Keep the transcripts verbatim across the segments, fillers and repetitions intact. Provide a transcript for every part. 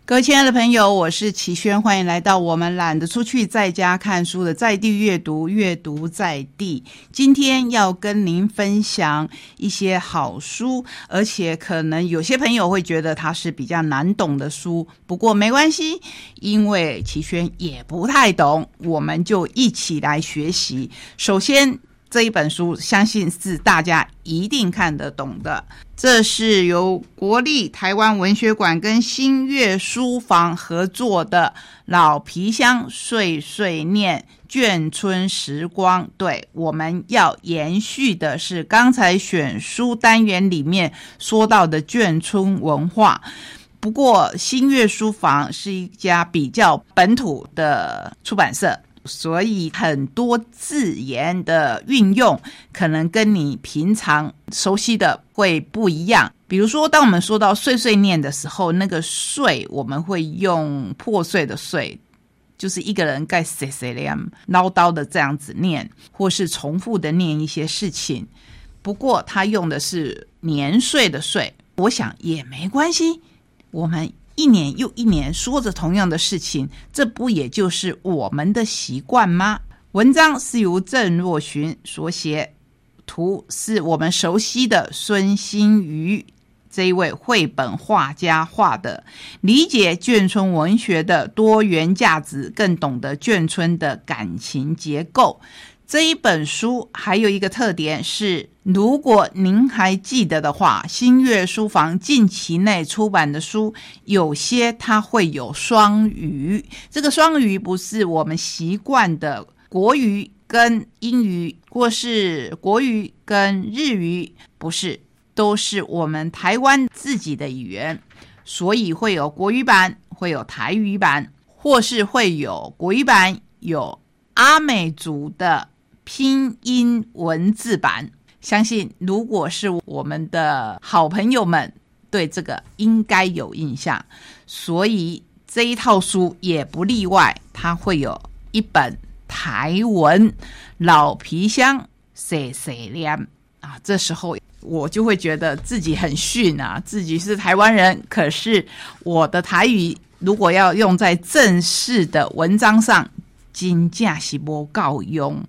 各位亲爱的朋友，我是齐轩，欢迎来到我们懒得出去在家看书的在地阅读，阅读在地。今天要跟您分享一些好书，而且可能有些朋友会觉得它是比较难懂的书，不过没关系，因为齐轩也不太懂，我们就一起来学习。首先这一本书相信是大家一定看得懂的，这是由国立台湾文学馆跟新月书房合作的老皮箱碎碎念眷村时光。对，我们要延续的是刚才选书单元里面说到的眷村文化，不过新月书房是一家比较本土的出版社，所以很多字眼的运用可能跟你平常熟悉的会不一样。比如说当我们说到碎碎念的时候，那个碎我们会用破碎的碎，就是一个人该碎碎念唠叨的这样子念，或是重复的念一些事情。不过他用的是年岁的岁，我想也没关系，我们一年又一年说着同样的事情，这不也就是我们的习惯吗？文章是由郑若寻所写，图是我们熟悉的孙欣瑜这一位绘本画家画的。理解眷村文学的多元价值，更懂得眷村的感情结构。这一本书还有一个特点是，如果您还记得的话，新月书房近期内出版的书有些它会有双语，这个双语不是我们习惯的国语跟英语，或是国语跟日语，不是，都是我们台湾自己的语言，所以会有国语版，会有台语版，或是会有国语版，有阿美族的拼音文字版。相信如果是我们的好朋友们对这个应该有印象，所以这一套书也不例外，它会有一本台文老皮箱碎碎念啊。这时候我就会觉得自己很逊啊，自己是台湾人，可是我的台语如果要用在正式的文章上，真的是不够用。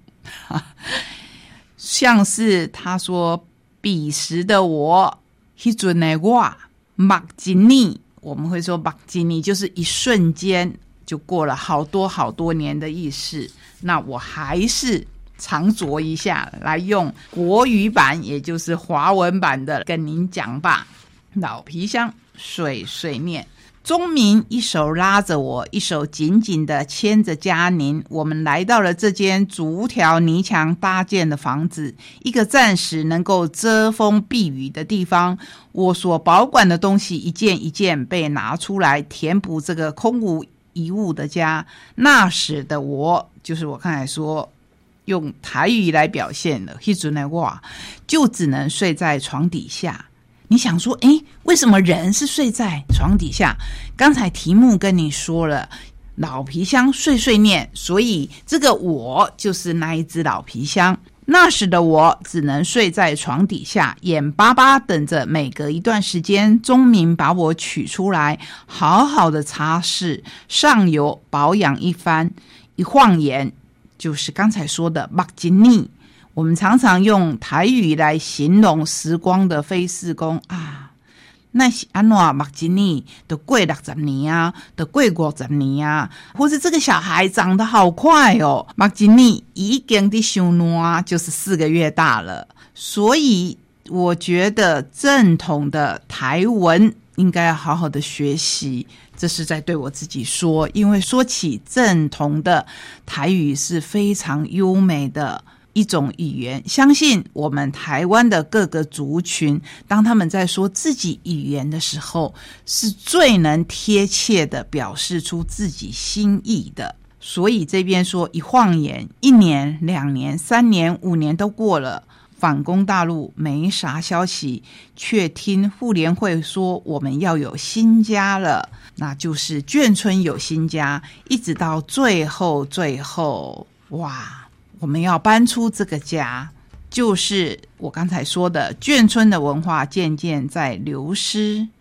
像是他说彼时的我，那时的我目一年，我们会说目一年就是一瞬间就过了好多好多年的意思。那我还是常酌一下，来用国语版也就是华文版的跟您讲吧。老皮箱碎碎念，钟明一手拉着我，一手紧紧地牵着佳宁，我们来到了这间竹条泥墙搭建的房子，一个暂时能够遮风避雨的地方。我所保管的东西一件一件被拿出来，填补这个空无一物的家。那时的我，就是我刚才说用台语来表现的那时的我，就只能睡在床底下。你想说，诶，为什么人是睡在床底下？刚才题目跟你说了，老皮箱碎碎念，所以这个我就是那一只老皮箱。那时的我只能睡在床底下，眼巴巴等着每隔一段时间钟明把我取出来，好好的擦拭上油保养一番。一晃眼就是刚才说的目一年，我们常常用台语来形容时光的飞逝，说啊，那是怎么目一年就过六十年啊，就过五十年啊，或是这个小孩长得好快哦，目一年已经在上烂，就是四个月大了。所以我觉得正统的台文应该要好好的学习，这是在对我自己说，因为说起正统的台语是非常优美的一种语言，相信我们台湾的各个族群，当他们在说自己语言的时候，是最能贴切的表示出自己心意的。所以这边说一晃眼，一年、两年、三年、五年都过了，反攻大陆没啥消息，却听妇联会说我们要有新家了，那就是眷村有新家，一直到最后最后，哇，我们要搬出这个家，就是我刚才说的眷村的文化渐渐在流失。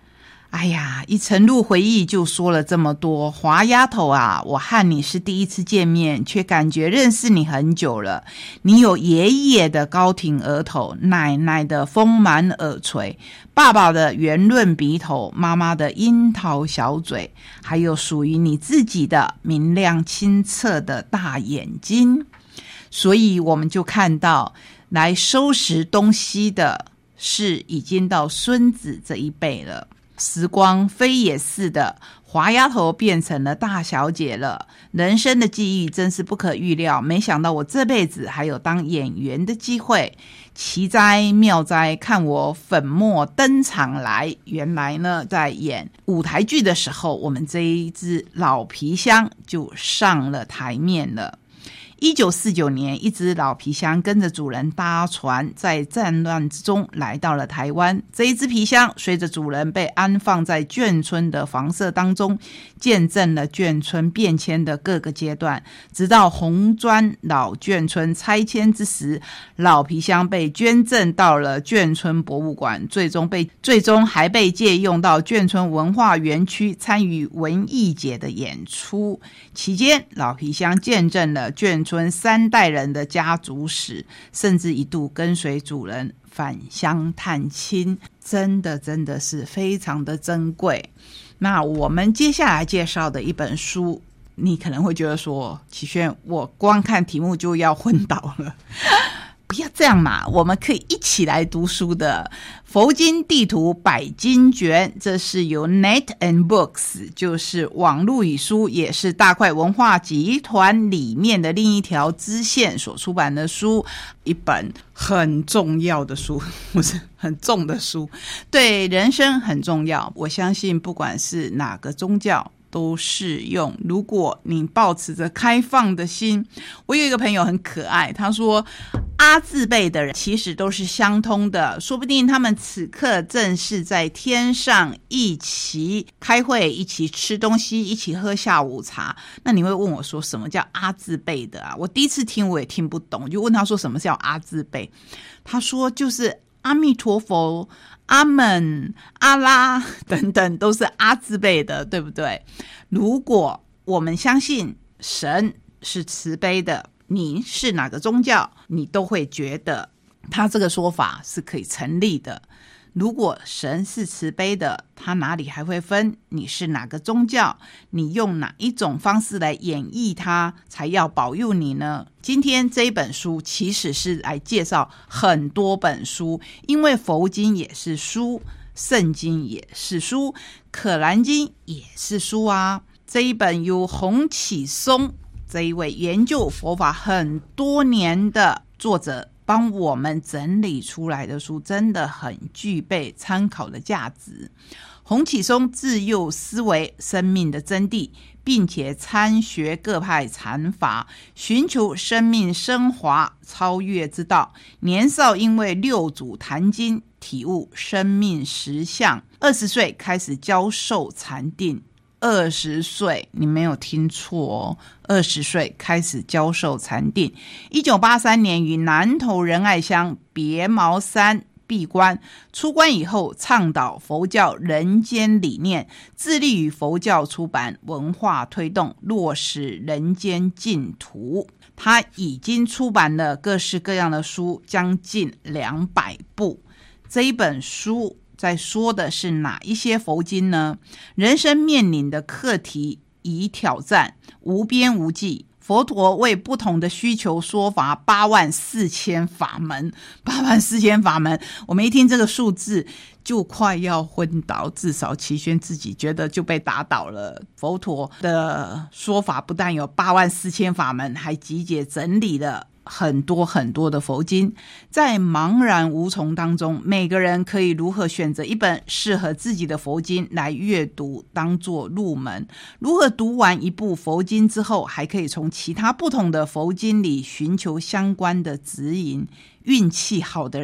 哎呀，一沉入回忆就说了这么多。华丫头啊，我和你是第一次见面，却感觉认识你很久了。你有爷爷的高挺额头，奶奶的丰满耳垂，爸爸的圆润鼻头，妈妈的樱桃小嘴，还有属于你自己的明亮清澈的大眼睛。所以我们就看到来收拾东西的是已经到孙子这一辈了。时光飞也似的，华丫头变成了大小姐了。人生的际遇真是不可预料，没想到我这辈子还有当演员的机会。奇哉妙哉，看我粉墨登场来。原来呢，在演舞台剧的时候，我们这一只老皮箱就上了台面了。一九四九年，一只老皮箱跟着主人搭船，在战乱之中来到了台湾。这一只皮箱随着主人被安放在眷村的房舍当中，见证了眷村变迁的各个阶段，直到红砖老眷村拆迁之时，老皮箱被捐赠到了眷村博物馆，最终被最终还被借用到眷村文化园区参与文艺节的演出。期间，老皮箱见证了眷村三代人的家族史，甚至一度跟随主人返乡探亲，真的真的是非常的珍贵。那我们接下来介绍的一本书，你可能会觉得说，启轩，我光看题目就要昏倒了。不要这样嘛，我们可以一起来读书的。佛经地图百经卷，这是由 Net and Books， 就是网络与书，也是大块文化集团里面的另一条支线所出版的书，一本很重要的书，不是很重的书，对人生很重要。我相信不管是哪个宗教都适用，如果你抱持着开放的心。我有一个朋友很可爱，他说阿字辈的人其实都是相通的，说不定他们此刻正是在天上一起开会，一起吃东西，一起喝下午茶。那你会问我说什么叫阿字辈的啊？我第一次听我也听不懂，就问他说什么叫阿字辈，他说就是阿弥陀佛、阿门、阿拉等等都是阿字辈的，对不对？如果我们相信神是慈悲的，你是哪个宗教，你都会觉得他这个说法是可以成立的。如果神是慈悲的，他哪里还会分你是哪个宗教，你用哪一种方式来演绎它才要保佑你呢？今天这一本书其实是来介绍很多本书，因为佛经也是书，圣经也是书，可兰经也是书啊。这一本由洪启松这一位研究佛法很多年的作者帮我们整理出来的书，真的很具备参考的价值。洪启松自幼思维生命的真谛，并且参学各派禅法，寻求生命升华超越之道。年少因为六祖坛经体悟生命实相，二十岁开始教授禅定。二十岁，你没有听错哦，二十岁开始教授禅定。一九八三年于南投仁爱乡别茅山闭关，出关以后倡导佛教人间理念，致力于佛教出版、文化推动，落实人间净土。他已经出版了各式各样的书，将近两百部。这一本书在说的是哪一些佛经呢？人生面临的课题与挑战无边无际，佛陀为不同的需求说法八万四千法门，八万四千法门，我们一听这个数字就快要昏倒，至少齐宣自己觉得就被打倒了。佛陀的说法不但有八万四千法门，还集结整理了很多很多的佛经。在茫然无从当中，每个人可以如何选择一本适合自己的佛经来阅读，当作入门？如何读完一部佛经之后，还可以从其他不同的佛经里寻求相关的指引？运气好的人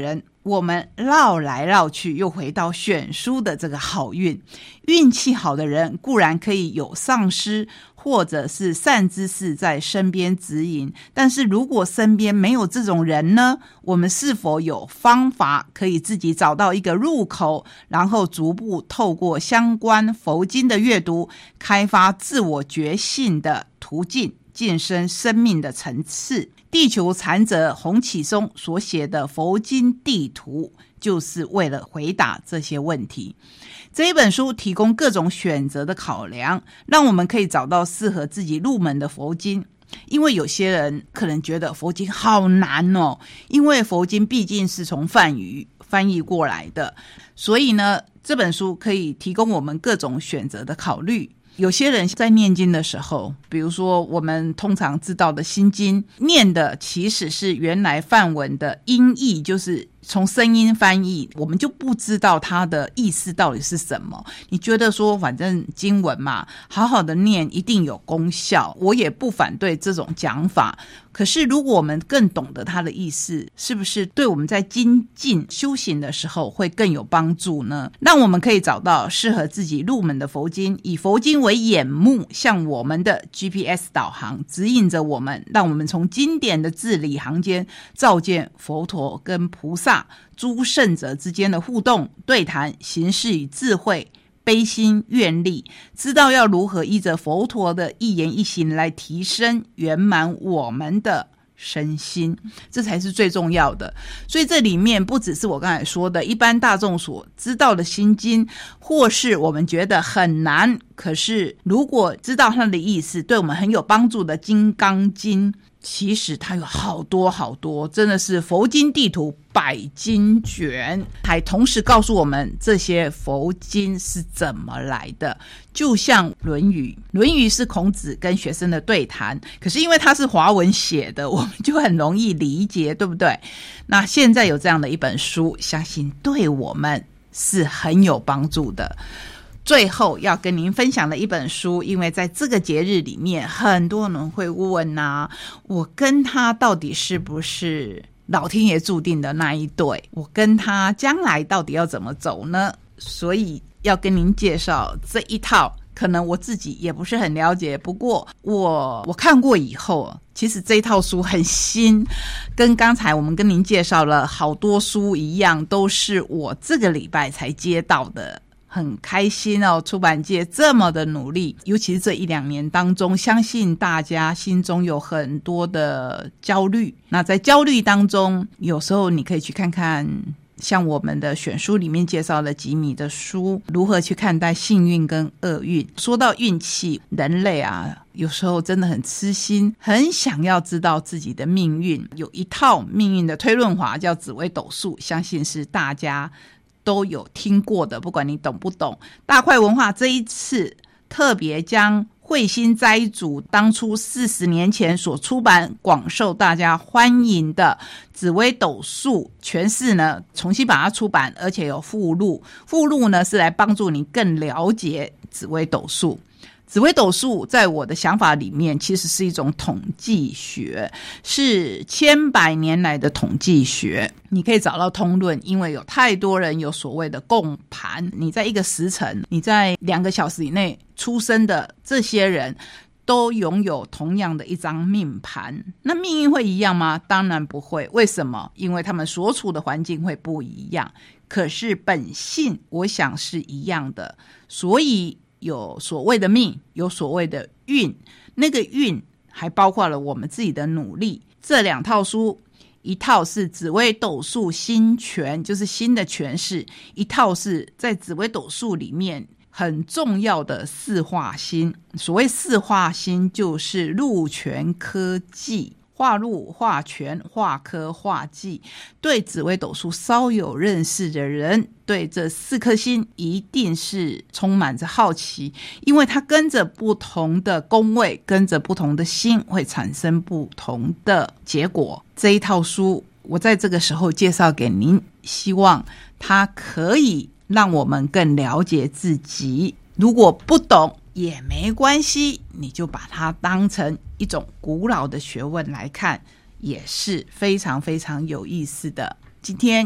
我们绕来绕去又回到选书的这个好运。运气好的人固然可以有上师或者是善知识在身边指引，但是如果身边没有这种人呢，我们是否有方法可以自己找到一个入口，然后逐步透过相关佛经的阅读，开发自我觉性的途径，晋升生命的层次。地球禅者洪启松所写的佛经地图，就是为了回答这些问题。这一本书提供各种选择的考量，让我们可以找到适合自己入门的佛经。因为有些人可能觉得佛经好难哦，因为佛经毕竟是从梵语翻译过来的，所以呢，这本书可以提供我们各种选择的考虑。有些人在念经的时候，比如说我们通常知道的心经，念的其实是原来梵文的音译，就是从声音翻译，我们就不知道它的意思到底是什么。你觉得说反正经文嘛，好好的念一定有功效，我也不反对这种讲法。可是如果我们更懂得它的意思，是不是对我们在精进修行的时候会更有帮助呢？让我们可以找到适合自己入门的佛经，以佛经为眼目，像我们的 G P S 导航指引着我们，让我们从经典的字里行间照见佛陀跟菩萨诸圣者之间的互动对谈，行事与智慧，悲心愿力，知道要如何依着佛陀的一言一行来提升圆满我们的身心，这才是最重要的。所以这里面不只是我刚才说的一般大众所知道的心经，或是我们觉得很难，可是如果知道它的意思对我们很有帮助的金刚经，其实它有好多好多，真的是佛经地图百经卷，还同时告诉我们这些佛经是怎么来的。就像论语，论语是孔子跟学生的对谈，可是因为它是华文写的，我们就很容易理解，对不对？那现在有这样的一本书，相信对我们是很有帮助的。最后要跟您分享的一本书，因为在这个节日里面，很多人会问啊，我跟他到底是不是老天爷注定的那一对？我跟他将来到底要怎么走呢？所以要跟您介绍这一套，可能我自己也不是很了解，不过我我看过以后，其实这一套书很新，跟刚才我们跟您介绍了好多书一样，都是我这个礼拜才接到的。很开心哦，出版界这么的努力，尤其是这一两年当中，相信大家心中有很多的焦虑。那在焦虑当中，有时候你可以去看看像我们的选书里面介绍了吉米的书，如何去看待幸运跟厄运。说到运气，人类啊，有时候真的很痴心，很想要知道自己的命运。有一套命运的推论法叫紫微斗数，相信是大家都有听过的，不管你懂不懂。大块文化这一次特别将慧心斋主当初四十年前所出版广受大家欢迎的紫微斗数诠释呢，重新把它出版，而且有附录。附录呢是来帮助你更了解紫微斗数。紫微斗数在我的想法里面其实是一种统计学，是千百年来的统计学。你可以找到通论，因为有太多人有所谓的共盘，你在一个时辰，你在两个小时以内出生的这些人都拥有同样的一张命盘。那命运会一样吗？当然不会。为什么？因为他们所处的环境会不一样，可是本性我想是一样的。所以有所谓的命，有所谓的运，那个运还包括了我们自己的努力。这两套书，一套是紫微斗数新诠，就是新的诠释，一套是在紫微斗数里面很重要的四化星。所谓四化星就是禄权科技，化禄、化权、化科、化忌。对紫微斗数稍有认识的人，对这四颗星一定是充满着好奇，因为它跟着不同的宫位，跟着不同的星会产生不同的结果。这一套书我在这个时候介绍给您，希望它可以让我们更了解自己。如果不懂也没关系，你就把它当成一种古老的学问来看，也是非常非常有意思的。今天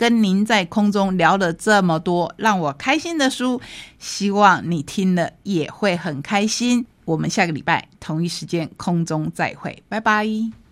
跟您在空中聊了这么多让我开心的书，希望你听了也会很开心。我们下个礼拜同一时间空中再会，拜拜。